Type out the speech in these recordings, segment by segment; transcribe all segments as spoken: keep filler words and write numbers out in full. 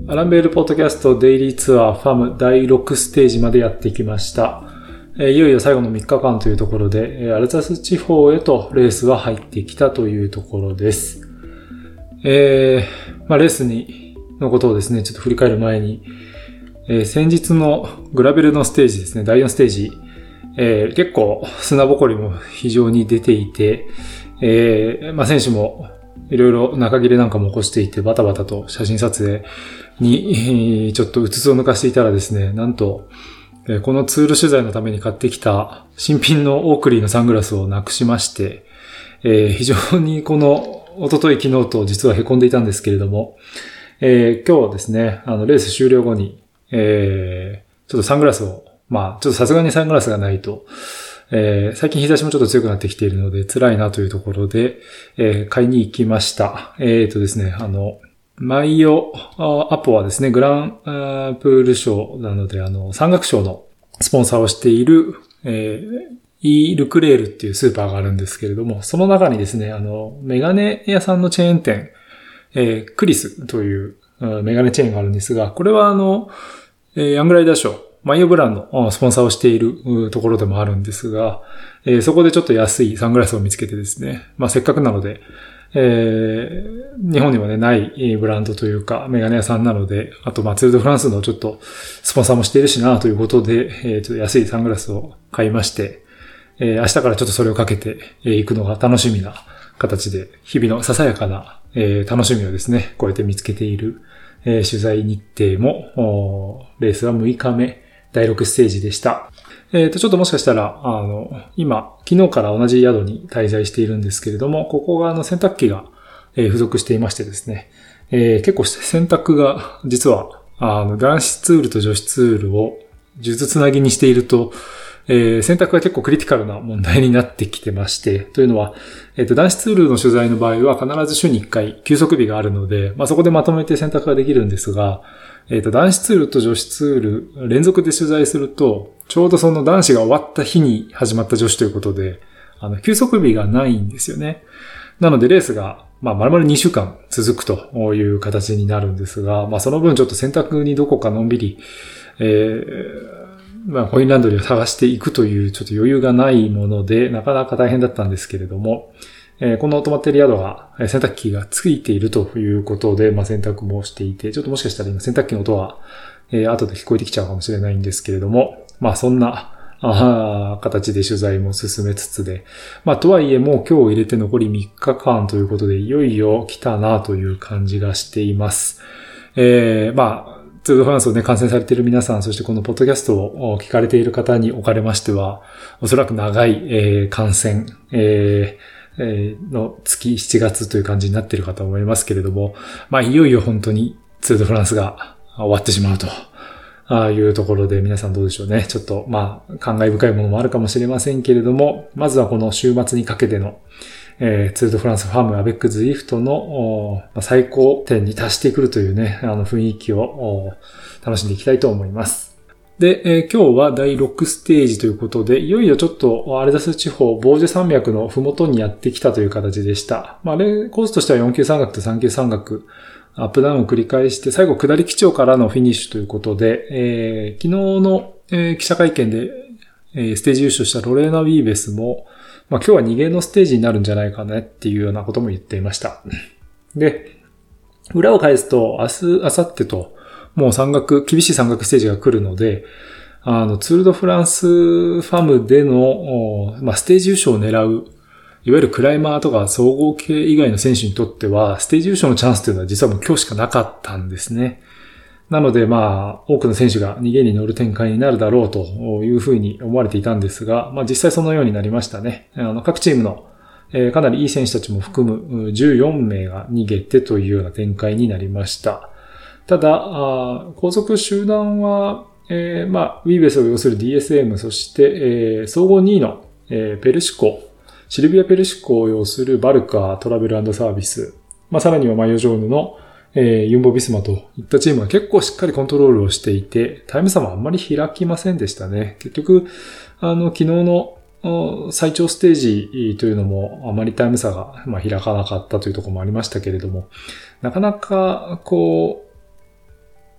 アランベールポッドキャストデイリーツアーファムだいろくステージまでやってきました。いよいよ最後のみっかかんというところで、アルザス地方へとレースは入ってきたというところです。えー、まあレースに、のことをですね、ちょっと振り返る前に、えー、先日のグラベルのステージですね、だいよんステージ、えー、結構砂ぼこりも非常に出ていて、えー、まあ選手もいろいろ中切れなんかも起こしていて、バタバタと写真撮影にちょっとうつつを抜かしていたらですね、なんと、このツール取材のために買ってきた新品のオークリーのサングラスをなくしまして、えー、非常にこの一昨日昨日と実は凹んでいたんですけれども、えー、今日ですね、あのレース終了後に、えー、ちょっとサングラスを、まあちょっとさすがにサングラスがないと、えー、最近日差しもちょっと強くなってきているので辛いなというところで、えー、買いに行きました。えーとですね、あの、マイオアポはですね、グランプール賞なので、あの、山岳賞のスポンサーをしている、えー、イ・ルクレールっていうスーパーがあるんですけれども、その中にですね、あの、メガネ屋さんのチェーン店、えー、クリスというメガネチェーンがあるんですが、これはあの、ヤングライダー賞、マイオブランのスポンサーをしているところでもあるんですが、えー、そこでちょっと安いサングラスを見つけてですね、まあせっかくなので、えー、日本にはね、ないブランドというか、メガネ屋さんなので、あと、まあ、ツールドフランスのちょっと、スポンサーもしているしな、ということで、えー、ちょっと安いサングラスを買いまして、えー、明日からちょっとそれをかけていくのが楽しみな形で、日々のささやかな、えー、楽しみをですね、こうやって見つけている、えー、取材日程も、レースはむいかめ、だいろくステージでした。えっと、ちょっともしかしたら、あの、今、昨日から同じ宿に滞在しているんですけれども、ここがあの洗濯機が、えー、付属していましてですね、えー、結構洗濯が、実は、あの、男子ツールと女子ツールを、数珠つなぎにしていると、えー、洗濯が結構クリティカルな問題になってきてまして、というのは、えっと、男子ツールの取材の場合は必ず週にいっかい休息日があるので、まあ、そこでまとめて洗濯ができるんですが、えっと、男子ツールと女子ツール連続で取材すると、ちょうどその男子が終わった日に始まった女子ということで、あの、休息日がないんですよね。なのでレースが、まあ、丸々にしゅうかん続くという形になるんですが、まあ、その分ちょっと洗濯にどこかのんびり、えー、まあ、コインランドリーを探していくというちょっと余裕がないもので、なかなか大変だったんですけれども、えー、この泊まっている宿が洗濯機がついているということで、まあ、洗濯もしていて、ちょっともしかしたら今洗濯機の音は、えー、後で聞こえてきちゃうかもしれないんですけれども、まあ、そんな、あ形で取材も進めつつで、まあ、とはいえもう今日入れて残りみっかかんということで、いよいよ来たなという感じがしています。えー、まあ、ツールドフランスをね、観戦されている皆さん、そしてこのポッドキャストを聞かれている方におかれましては、おそらく長い、えー、観戦、えー、の月しちがつという感じになっているかと思いますけれども、まあ、いよいよ本当にツールドフランスが終わってしまうと。ああいうところで皆さんどうでしょうね。ちょっとまあ感慨深いものもあるかもしれませんけれども、まずはこの週末にかけての、えー、ツールドフランスファームアベックズイフトの最高点に達してくるというね、あの雰囲気を楽しんでいきたいと思います。で、えー、今日はだいろくステージということで、いよいよちょっとアルザス地方、ボージュ山脈のふもとにやってきたという形でした。まあ、コースとしてはよん級山岳とさん級山岳、アップダウンを繰り返して、最後下り基調からのフィニッシュということで、えー、昨日の、えー、記者会見で、えー、ステージ優勝したロレーナ・ウィーベスも、まあ、今日はにげいのステージになるんじゃないかねっていうようなことも言っていました。で、裏を返すと、明日、明後日と、もう山岳、厳しい山岳ステージが来るので、あの、ツールドフランスファムでの、まあ、ステージ優勝を狙う、いわゆるクライマーとか総合系以外の選手にとっては、ステージ優勝のチャンスというのは実はもう今日しかなかったんですね。なのでまあ、多くの選手がにげいに乗る展開になるだろうというふうに思われていたんですが、まあ実際そのようになりましたね。あの、各チームの、えー、かなりいい選手たちも含むじゅうよんめいが逃げてというような展開になりました。ただ、あ後続集団は、えー、まあ、ウィーベスを要する ディーエスエム、そして、えー、総合にいの、えー、ペルシコ、シルビア・ペルシコを要するバルカー、トラベル&サービス、まあ、さらにはマイオジョーヌの、えー、ユンボ・ビスマといったチームが結構しっかりコントロールをしていて、タイム差もあんまり開きませんでしたね。結局、あの、昨日の最長ステージというのもあまりタイム差が、まあ、開かなかったというところもありましたけれども、なかなか、こう、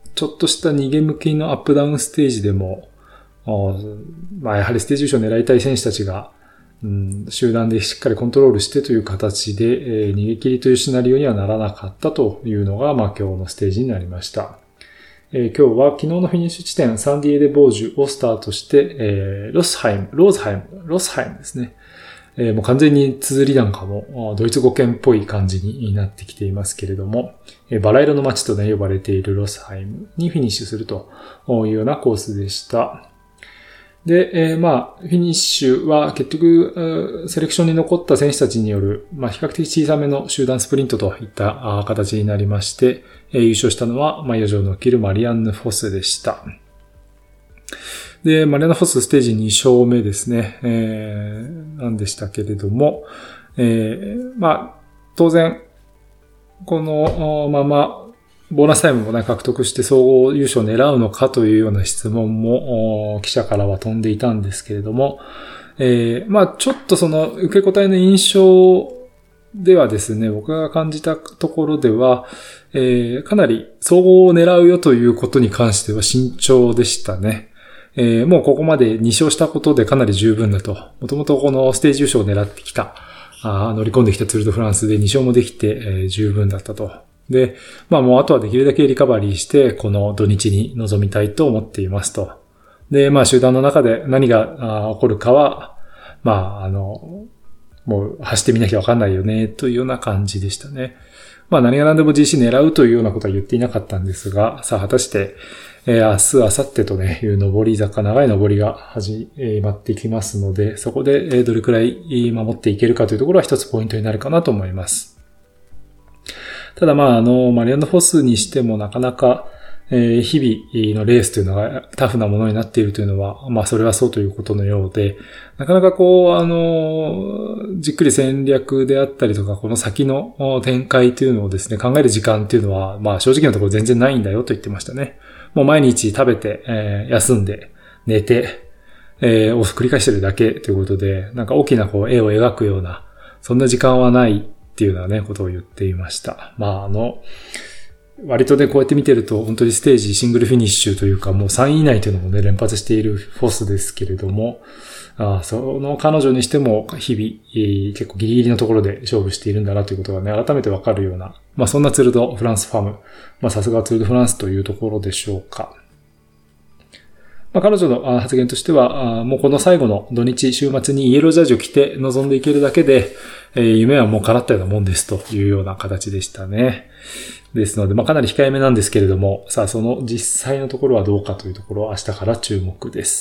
ちょっとした逃げ向きのアップダウンステージでも、まあやはりステージ優勝を狙いたい選手たちが、うん、集団でしっかりコントロールしてという形で、えー、逃げ切りというシナリオにはならなかったというのが、まあ今日のステージになりました。えー、今日は昨日のフィニッシュ地点サンディエデ・ボージュをスタートして、えー、ロスハイム、ローズハイム、ロスハイムですね。えー、もう完全に綴りなんかもドイツ語圏っぽい感じになってきていますけれども、えー、バラ色の街とね呼ばれているロスハイムにフィニッシュするというようなコースでした。で、えー、まあ、フィニッシュは結局、セレクションに残った選手たちによる、まあ、比較的小さめの集団スプリントといった形になりまして、えー、優勝したのは、まあ、余剰の切るマリアンヌ・フォスでした。で、マリアンヌ・フォスステージに勝目ですね、えー、なんでしたけれども、えー、まあ、当然、このまま、ボーナスタイムもね、獲得して総合優勝を狙うのかというような質問も記者からは飛んでいたんですけれども、えー、まあちょっとその受け答えの印象ではですね、僕が感じたところでは、えー、かなり総合を狙うよということに関しては慎重でしたね。えー、もうここまでに勝したことでかなり十分だと。もともとこのステージ優勝を狙ってきた、あ乗り込んできたツール・ド・フランスでに勝もできて、えー、十分だったと。で、まあもうあとはできるだけリカバリーして、この土日に臨みたいと思っていますと。で、まあ集団の中で何が起こるかは、まああの、もう走ってみなきゃわかんないよね、というような感じでしたね。まあ何が何でも ジーシー 狙うというようなことは言っていなかったんですが、さあ果たして、えー、明日、明後日とね、いう上り坂、長い上りが始まっていきますので、そこでどれくらい守っていけるかというところは一つポイントになるかなと思います。ただまあ、あの、マリアンヌ・フォスにしてもなかなか、えー、日々のレースというのがタフなものになっているというのは、まあそれはそうということのようで、なかなかこう、あの、じっくり戦略であったりとか、この先の展開というのをですね、考える時間というのは、まあ正直なところ全然ないんだよと言ってましたね。もう毎日食べて、えー、休んで、寝て、えー、を繰り返してるだけということで、なんか大きなこう絵を描くような、そんな時間はないっていうようなね、ことを言っていました。まあ、あの、割とね、こうやって見てると、本当にステージシングルフィニッシュというか、もうさんい以内というのもね、連発しているフォスですけれども、あその彼女にしても、日々、えー、結構ギリギリのところで勝負しているんだなということがね、改めてわかるような、まあそんなツール・ド・フランスファーム、まあさすがツール・ド・フランスというところでしょうか。まあ、彼女の発言としては、もうこの最後の土日週末にイエロージャージを着て臨んでいけるだけで、えー、夢はもう叶ったようなもんですというような形でしたね。ですので、まあ、かなり控えめなんですけれども、さあその実際のところはどうかというところは明日から注目です。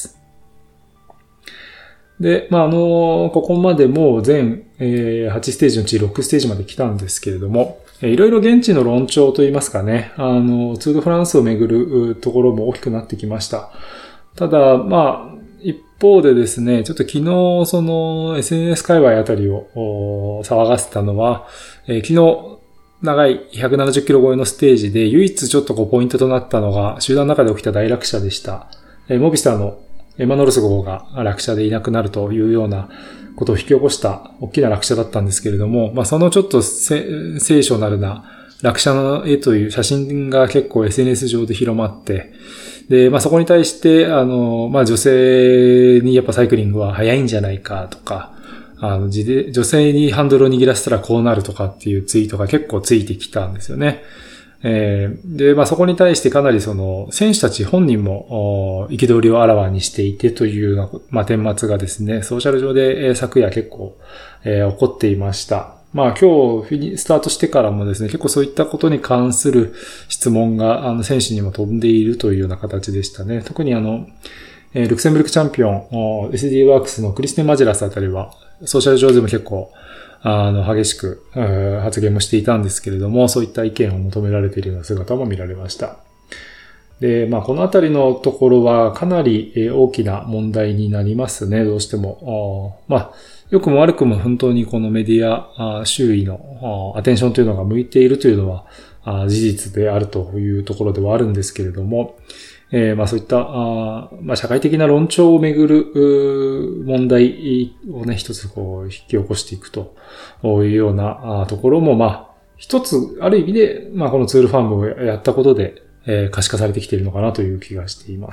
で、まあ、あの、ここまでもう全、えー、はちステージのうちろくステージまで来たんですけれども、いろいろ現地の論調といいますかね、あの、ツール・ド・フランスをめぐるところも大きくなってきました。ただ、まあ、一方でですね、ちょっと昨日、その エスエヌエス 界隈あたりを騒がせたのは、えー、昨日、長いひゃくななじゅっキロ超えのステージで唯一ちょっとこうポイントとなったのが集団の中で起きた大落車でした。えー、モビスターのエマノルス号が落車でいなくなるというようなことを引き起こした大きな落車だったんですけれども、まあそのちょっと聖書なるな落車の絵という写真が結構 エスエヌエス 上で広まって、で、まあそこに対して、あの、まあ女性にやっぱサイクリングは早いんじゃないかとか、あの、女性にハンドルを握らせたらこうなるとかっていうツイートが結構ついてきたんですよね。えー、で、まあそこに対してかなりその、選手たち本人も、憤りをあらわにしていてというような、まあ顛末がですね、ソーシャル上で、えー、昨夜結構、えー、起こっていました。まあ今日スタートしてからもですね、結構そういったことに関する質問があの選手にも飛んでいるというような形でしたね。特にあの、えー、ルクセンブルクチャンピオン、エスディー ワークスのクリステン・マジェラスあたりは、ソーシャル上でも結構、あの、激しく発言もしていたんですけれども、そういった意見を求められているような姿も見られました。で、まあこのあたりのところはかなり大きな問題になりますね、どうしても。まあ良くも悪くも本当にこのメディア周囲のアテンションというのが向いているというのは事実であるというところではあるんですけれども、えー、まあそういったまあ社会的な論調をめぐる問題をね一つこう引き起こしていくというようなところもまあ一つある意味でまあこのツールファームをやったことでえー、可視化されてきているのかなという気がしています。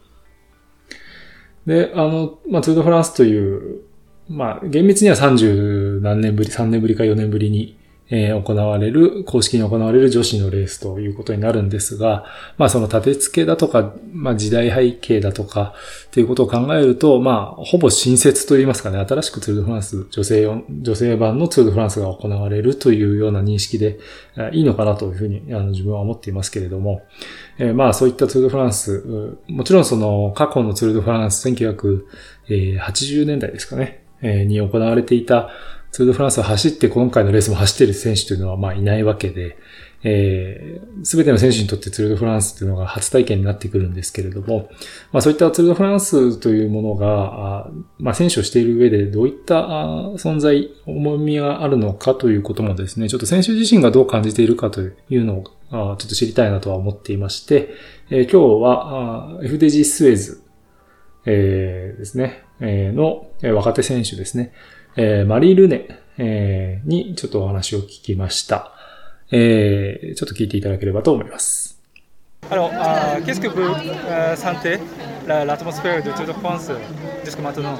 で、あの、まあ、ツール・ド・フランスという、まあ、厳密にはさんじゅうなんねんぶり、さんねんぶりかよねんぶりに、えー、行われる、公式に行われる女子のレースということになるんですが、まあその立て付けだとか、まあ時代背景だとか、ということを考えると、まあほぼ新設といいますかね、新しくツール・ド・フランス、女性用、女性版のツール・ド・フランスが行われるというような認識でいいのかなというふうにあの自分は思っていますけれども、えー、まあそういったツール・ド・フランス、もちろんその過去のツール・ド・フランス、せんきゅうひゃくはちじゅうねんだいですかね、えー、に行われていたツール・ド・フランスを走って今回のレースも走っている選手というのはまあいないわけで、えー、すべての選手にとってツール・ド・フランスというのが初体験になってくるんですけれども、まあそういったツール・ド・フランスというものが、まあ選手をしている上でどういった存在、重みがあるのかということもですね、ちょっと選手自身がどう感じているかというのをちょっと知りたいなとは思っていまして、えー、今日は エフディージー スウェーズ、えー、ですね、えー、の若手選手ですね、えー、マリー・ルネ、えー、にちょっとお話を聞きました。えー、ちょっと聞いていただければと思います。 Alors, euh, qu'est-ce que vous euh, sentez l'atmosphère de Tour de France jusqu'à maintenant?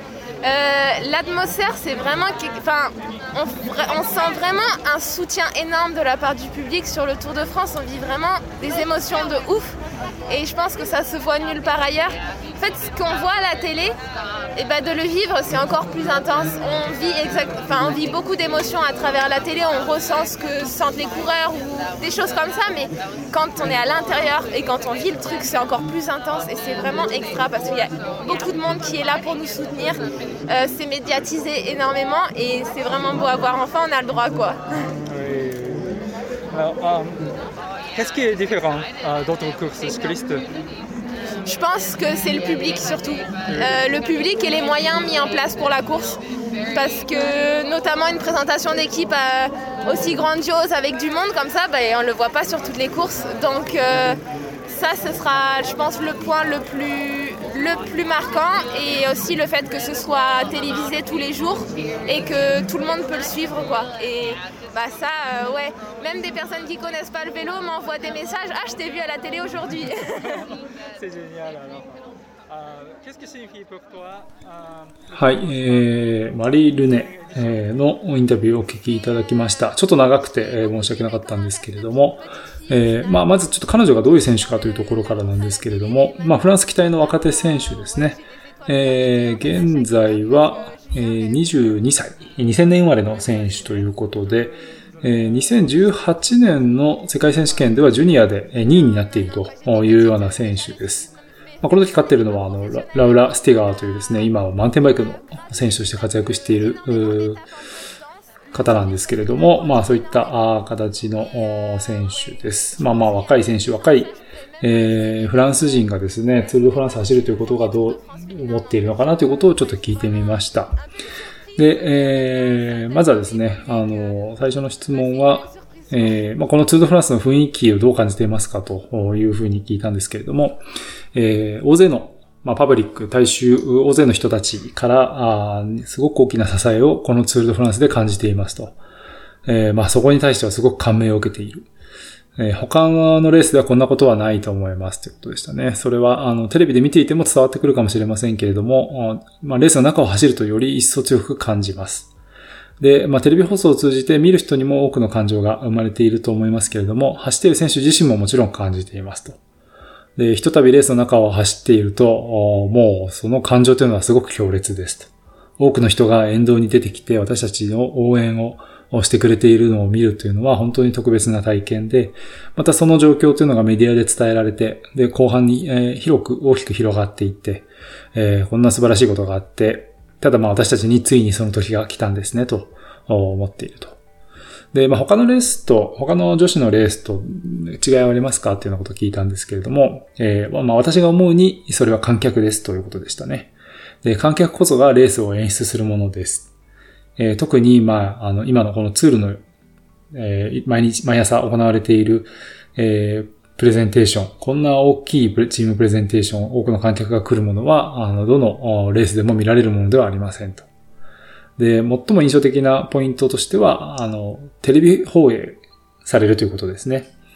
Euh, l'atmosphère, c'est vraiment, enfin, on, on sent vraiment un soutien énorme de la part du public sur le Tour de France. On vit vraiment des émotions de ouf, et je pense que ça se voit nulle part ailleurs. En fait, ce qu'on voit à la télé, et ben de le vivre, c'est encore plus intense. On vit exact, enfin, on vit beaucoup d'émotions à travers la télé. On ressent ce que sentent les coureurs ou des choses comme ça, mais quand on est à l'intérieur et quand on vit le truc, c'est encore plus intense, et c'est vraiment extra parce qu'il y a beaucoup de monde qui est là pour nous soutenir. Euh, c'est médiatisé énormément et c'est vraiment beau à voir. Enfin, on a le droit, quoi. Oui. Alors, euh, qu'est-ce qui est différent euh, d'autres courses cyclistes? Je pense que c'est le public surtout. Euh, le public et les moyens mis en place pour la course. Parce que notamment une présentation d'équipe euh, aussi grandiose avec du monde comme ça, bah, on ne le voit pas sur toutes les courses. Donc euh, ça, ce sera, je pense, le point le plus, le plus marquant. Et aussi le fait que ce soit télévisé tous les jours et que tout le monde peut le suivre, quoi. Et bah ça, euh, ouais, même des personnes qui ne connaissent pas le vélo m'envoient des messages. Ah, je t'ai vu à la télé aujourd'hui. C'est génial alors. はい、えー、マリー・ルネのインタビューをお聞きいただきました。ちょっと長くて申し訳なかったんですけれども、えー、まあ、まずちょっと彼女がどういう選手かというところからなんですけれども、まあ、フランス期待の若手選手ですね。えー、現在はにじゅうにさい、にせんねん生まれの選手ということで、にせんじゅうはちねんの世界選手権ではジュニアでにいになっているというような選手です。まあ、この時勝っているのはあのラウラ・スティガーというですね、今はマウンテンバイクの選手として活躍している方なんですけれども、まあそういった形の選手です。まあまあ若い選手、若い、えー、フランス人がですね、ツール・ド・フランス走るということがどう思っているのかなということをちょっと聞いてみました。で、えー、まずはですね、あの、最初の質問は、えーまあ、このツール・ド・フランスの雰囲気をどう感じていますかというふうに聞いたんですけれども、えー、大勢の、まあ、パブリック、大衆、大勢の人たちからあすごく大きな支えをこのツール・ド・フランスで感じていますと。えーまあ、そこに対してはすごく感銘を受けている。えー、他のレースではこんなことはないと思いますということでしたね。それはあのテレビで見ていても伝わってくるかもしれませんけれども、まあ、レースの中を走るとより一層強く感じます。で、まあ、テレビ放送を通じて見る人にも多くの感情が生まれていると思いますけれども、走っている選手自身ももちろん感じていますと。で、ひとたびレースの中を走っていると、もうその感情というのはすごく強烈ですと。多くの人が沿道に出てきて私たちの応援をしてくれているのを見るというのは本当に特別な体験で、またその状況というのがメディアで伝えられて、で、後半に、えー、広く大きく広がっていって、えー、こんな素晴らしいことがあって、ただまあ私たちについにその時が来たんですねと思っていると。で、まあ他のレースと、他の女子のレースと違いはありますかっていうようなことを聞いたんですけれども、えー、まあ私が思うにそれは観客ですということでしたね。で、観客こそがレースを演出するものです。えー、特にまああの今のこのツールの、えー、毎日毎朝行われている、えープレゼンテーション。こんな大きいチームプレゼンテーション、多くの観客が来るものは、あの、どのレースでも見られるものではありませんと。で、最も印象的なポイントとしては、あの、テレビ放映されるということですね。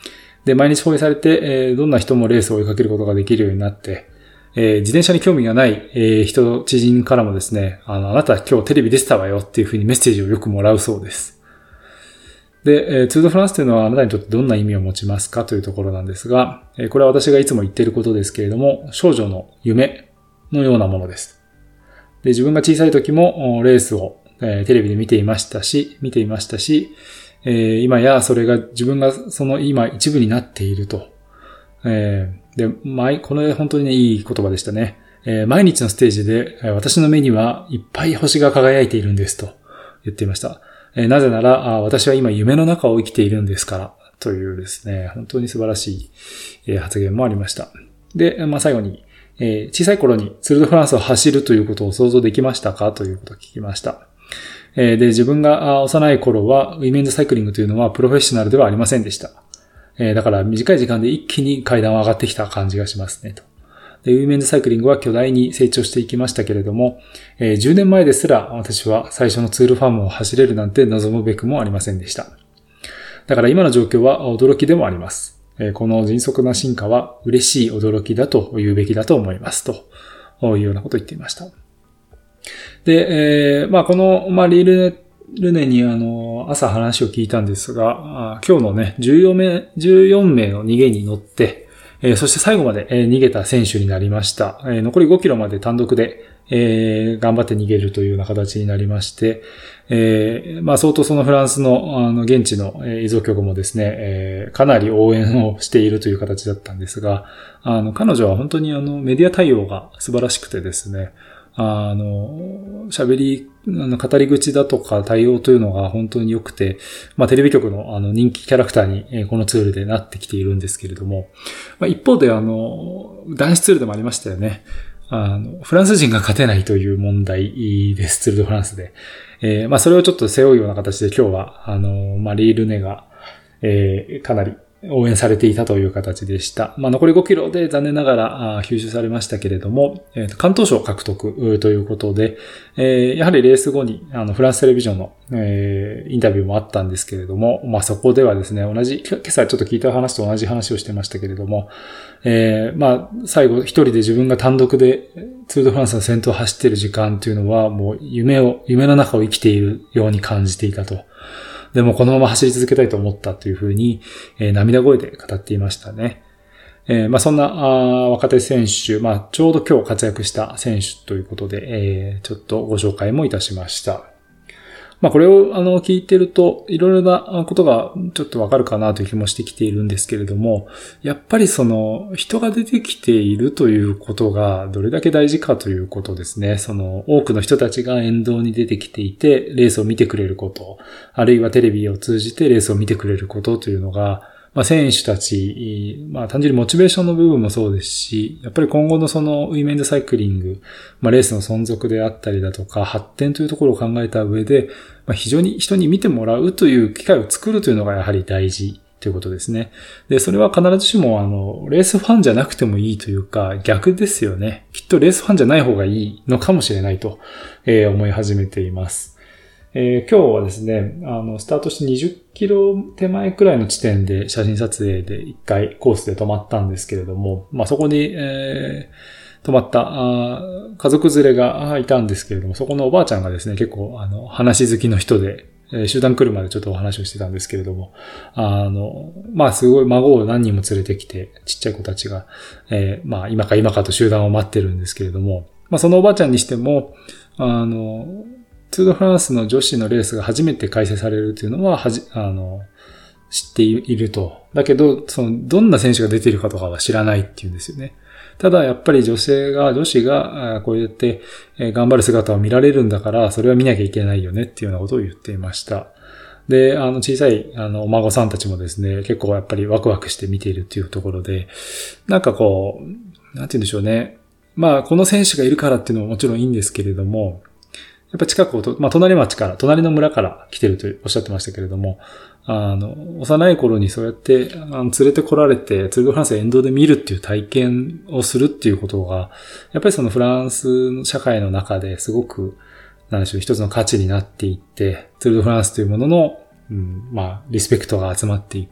で、毎日放映されて、えー、どんな人もレースを追いかけることができるようになって、えー、自転車に興味がない、えー、人、知人からもですね、あの、あなた今日テレビ出てたわよっていうふうにメッセージをよくもらうそうです。で、えー、ツール・ド・フランスというのはあなたにとってどんな意味を持ちますかというところなんですが、えー、これは私がいつも言っていることですけれども、少女の夢のようなものです。で、自分が小さい時もレースを、えー、テレビで見ていましたし、見ていましたし、えー、今やそれが自分がその今一部になっていると。えー、で、毎、これ本当にね、いい言葉でしたね。えー、毎日のステージで、私の目にはいっぱい星が輝いているんですと言っていました。えー、なぜなら、私は今夢の中を生きているんですから、というですね、本当に素晴らしい、えー、発言もありました。で、まあ、最後に、えー、小さい頃にツール・ド・フランスを走るということを想像できましたかということを聞きました。えー、で、自分が幼い頃は、ウィメンズサイクリングというのはプロフェッショナルではありませんでした。えー、だから短い時間で一気に階段を上がってきた感じがしますねと。で、ウィメンズサイクリングは巨大に成長していきましたけれども、えー、じゅうねんまえですら私は最初のツールファームを走れるなんて望むべくもありませんでした。だから今の状況は驚きでもあります。えー、この迅速な進化は嬉しい驚きだと言うべきだと思いますというようなことを言っていました。で、えー、まあこの、まあリールネルネにあの、朝話を聞いたんですが、今日のね、じゅうよんめい、じゅうよんめいの逃げに乗って、えー、そして最後まで、えー、逃げた選手になりました。えー、残りごキロまで単独で、えー、頑張って逃げるというような形になりまして、えー、まあ相当そのフランスの、あの、現地の、えー、遺族局もですね、えー、かなり応援をしているという形だったんですが、あの、彼女は本当にあの、メディア対応が素晴らしくてですね、あの、喋り、あの、語り口だとか対応というのが本当に良くて、まあ、テレビ局のあの、人気キャラクターに、えー、このツールでなってきているんですけれども、まあ、一方であの、男子ツールでもありましたよね。あの、フランス人が勝てないという問題です、ツール・ド・フランスで。えー、まあ、それをちょっと背負うような形で今日は、あの、まあ、リールネが、えー、かなり、応援されていたという形でした。まあ、残りごキロで残念ながら吸収されましたけれども、えー、関東賞獲得ということで、えー、やはりレース後にあのフランステレビジョンの、えー、インタビューもあったんですけれども、まあ、そこではですね、同じ、今朝ちょっと聞いた話と同じ話をしてましたけれども、えー、まあ、最後一人で自分が単独でツール・ド・フランスの先頭を走っている時間というのはもう夢を、夢の中を生きているように感じていたと。でもこのまま走り続けたいと思ったというふうに、えー、涙声で語っていましたね。えー、まあそんなあ若手選手、まあちょうど今日活躍した選手ということで、えー、ちょっとご紹介もいたしました。まあこれをあの聞いてるといろいろなことがちょっとわかるかなという気もしてきているんですけれども、やっぱりその人が出てきているということがどれだけ大事かということですね。その多くの人たちが沿道に出てきていてレースを見てくれること、あるいはテレビを通じてレースを見てくれることというのが、まあ、選手たち、まあ、単純にモチベーションの部分もそうですし、やっぱり今後のそのウィメンズサイクリング、まあ、レースの存続であったりだとか、発展というところを考えた上で、まあ、非常に人に見てもらうという機会を作るというのがやはり大事ということですね。で、それは必ずしもあの、レースファンじゃなくてもいいというか、逆ですよね。きっとレースファンじゃない方がいいのかもしれないと、えー、思い始めています。えー、今日はですね、あの、スタートしてにじゅっキロ手前くらいの地点で写真撮影で一回コースで止まったんですけれども、まあ、そこに、えー、止まったあ家族連れがいたんですけれども、そこのおばあちゃんがですね、結構あの、話好きの人で、えー、集団来るまでちょっとお話をしてたんですけれども、あの、まあ、すごい孫を何人も連れてきて、ちっちゃい子たちが、えー、まあ、今か今かと集団を待ってるんですけれども、まあ、そのおばあちゃんにしても、あの、ツール・ド・フランスの女子のレースが初めて開催されるというのは、はじ、あの、知っていると。だけど、その、どんな選手が出ているかとかは知らないっていうんですよね。ただ、やっぱり女性が、女子が、こうやって頑張る姿を見られるんだから、それは見なきゃいけないよねっていうようなことを言っていました。で、あの、小さい、あの、お孫さんたちもですね、結構やっぱりワクワクして見ているっていうところで、なんかこう、なんて言うんでしょうね。まあ、この選手がいるからっていうのももちろんいいんですけれども、やっぱ近くをと、まあ、隣町から、隣の村から来てるとおっしゃってましたけれども、あの、幼い頃にそうやって、あの連れて来られて、ツール・ド・フランスを沿道で見るっていう体験をするっていうことが、やっぱりそのフランスの社会の中ですごく、なんでしょう、一つの価値になっていって、ツール・ド・フランスというものの、うん、まあ、リスペクトが集まっていく。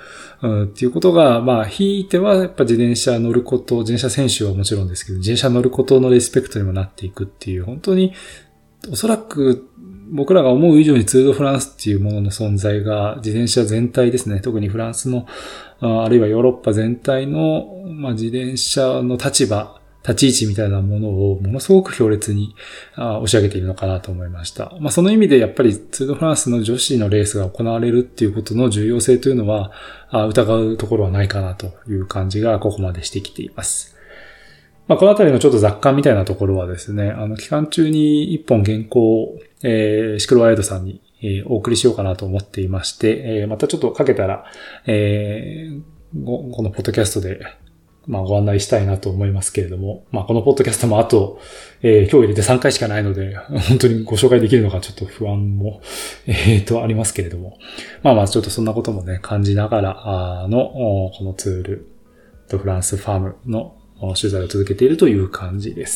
うん、っていうことが、まあ、ひいてはやっぱ自転車乗ること、自転車選手はもちろんですけど、自転車乗ることのリスペクトにもなっていくっていう、本当に、おそらく僕らが思う以上にツール・ド・フランスっていうものの存在が自転車全体ですね、特にフランスの、あるいはヨーロッパ全体の、まあ、自転車の立場、立ち位置みたいなものをものすごく強烈に押し上げているのかなと思いました。まあ、その意味でやっぱりツール・ド・フランスの女子のレースが行われるっていうことの重要性というのは疑うところはないかなという感じがここまでしてきています。まあ、このあたりのちょっと雑感みたいなところはですね、あの期間中に一本原稿を、えー、シクロワイドさんにえー、お送りしようかなと思っていまして、えー、またちょっとかけたら、えー、このポッドキャストでまあご案内したいなと思いますけれども、まあこのポッドキャストもあと、えー、今日入れてさんかいしかないので、本当にご紹介できるのかちょっと不安も、えーと、ありますけれども、まあまあちょっとそんなこともね、感じながら、あの、このツールとフランスファームの取材を続けているという感じです。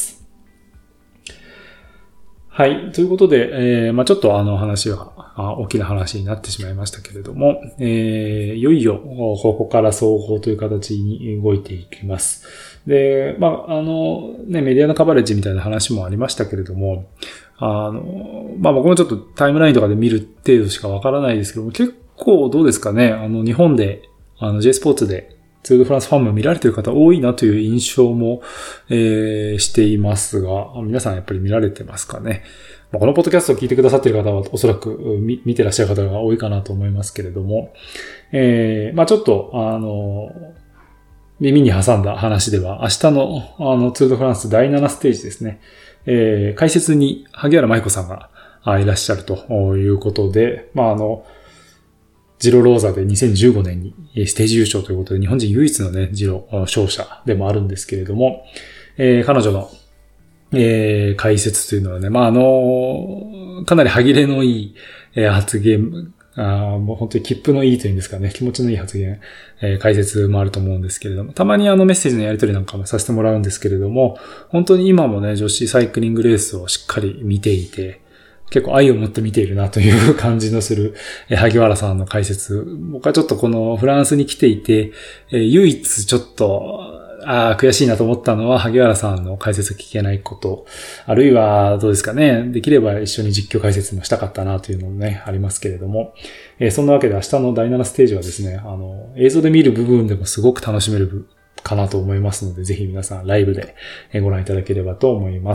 はい。ということで、えー、まあちょっとあの話は大きな話になってしまいましたけれども、えー、いよいよここから総合という形に動いていきます。で、まああのね、メディアのカバレッジみたいな話もありましたけれども、あの、まあ僕もちょっとタイムラインとかで見る程度しかわからないですけども、結構どうですかね、あの日本で、あの J スポーツでツール・フランスファームを見られている方多いなという印象も、えー、していますが、皆さんやっぱり見られてますかね。このポッドキャストを聞いてくださっている方はおそらく 見, 見てらっしゃる方が多いかなと思いますけれども、えー、まあちょっと、あの、耳に挟んだ話では、明日のあのツール・ド・フランスだいななステージですね、えー、解説に萩原舞子さんがいらっしゃるということで、まああの、ジロローザでにせんじゅうごねんにステージ優勝ということで日本人唯一のね、ジロ勝者でもあるんですけれども、えー、彼女の、えー、解説というのはね、まあ、あの、かなり歯切れのいい、えー、発言、あもう本当に切符のいいというんですかね、気持ちのいい発言、えー、解説もあると思うんですけれども、たまにあのメッセージのやり取りなんかもさせてもらうんですけれども、本当に今もね、女子サイクリングレースをしっかり見ていて、結構愛を持って見ているなという感じのする、えー、萩原さんの解説。僕はちょっとこのフランスに来ていて、えー、唯一ちょっと、あ悔しいなと思ったのは萩原さんの解説聞けないこと。あるいはどうですかね。できれば一緒に実況解説もしたかったなというのもね、ありますけれども。えー、そんなわけで明日のだいななステージはですね、あの、映像で見る部分でもすごく楽しめるかなと思いますので、ぜひ皆さんライブでご覧いただければと思います。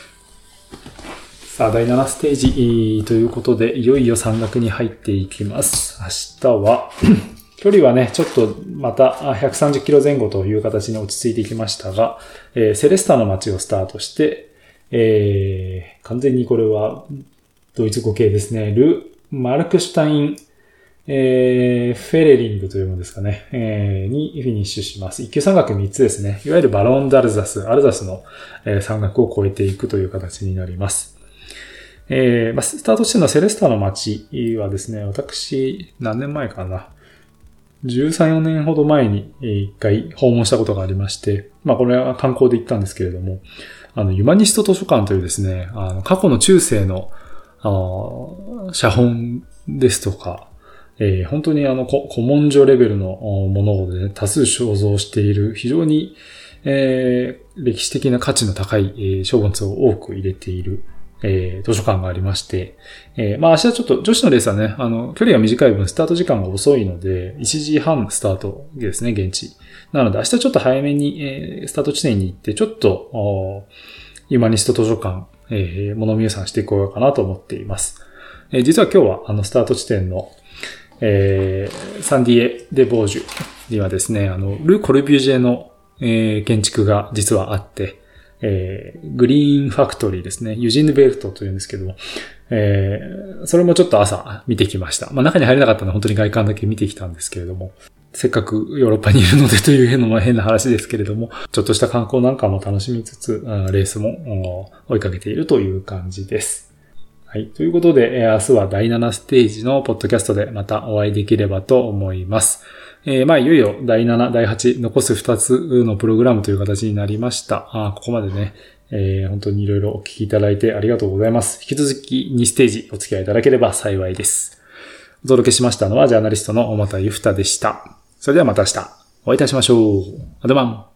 さあ、だいななステージということで、いよいよ山岳に入っていきます。明日は、距離はね、ちょっとまたひゃくさんじゅっキロ前後という形に落ち着いていきましたが、えー、セレスタの街をスタートして、えー、完全にこれはドイツ語系ですね。ル・マルクシュタイン、えー、フェレリングというものですかね、えー、にフィニッシュします。一級山岳みっつですね。いわゆるバロンダルザス、アルザスの、えー、山岳を越えていくという形になります。えーまあ、スタートしてのセレスタの街はですね、私、何年前かな。じゅうさん、よねんほど前に一回訪問したことがありまして、まあこれは観光で行ったんですけれども、あの、ユマニスト図書館というですね、あの、過去の中世の、あ写本ですとか、えー、本当にあの、古文書レベルのものを、ね、多数所蔵している非常に、えー、歴史的な価値の高い、えー、書物を多く入れている、えー、図書館がありまして、えー、まあ明日はちょっと女子のレースはね、あの、距離が短い分スタート時間が遅いので、いちじはんスタートですね、現地。なので明日ちょっと早めに、えー、スタート地点に行って、ちょっと、ユマニスト図書館、えー、物見遊山していこうかなと思っています。えー、実は今日はあの、スタート地点の、えー、サンディエ・デ・ボージュにはですね、あの、ル・コルビュジェの、えー、建築が実はあって、えー、グリーンファクトリーですね。ユジン・ベルトというんですけども、えー、それもちょっと朝見てきました。まあ中に入れなかったので本当に外観だけ見てきたんですけれども、せっかくヨーロッパにいるのでというのも変な話ですけれども、ちょっとした観光なんかも楽しみつつ、レースも追いかけているという感じです。はい。ということで、明日はだいななステージのポッドキャストでまたお会いできればと思います。えー、まあ、いよいよだいなな、だいはち、残すふたつのプログラムという形になりました。あここまでね、えー、本当にいろいろお聞きいただいてありがとうございます。引き続きにステージお付き合いいただければ幸いです。 お届けしましたのはジャーナリストの小俣ゆふたでした。それではまた明日お会いいたしましょう。アドバン。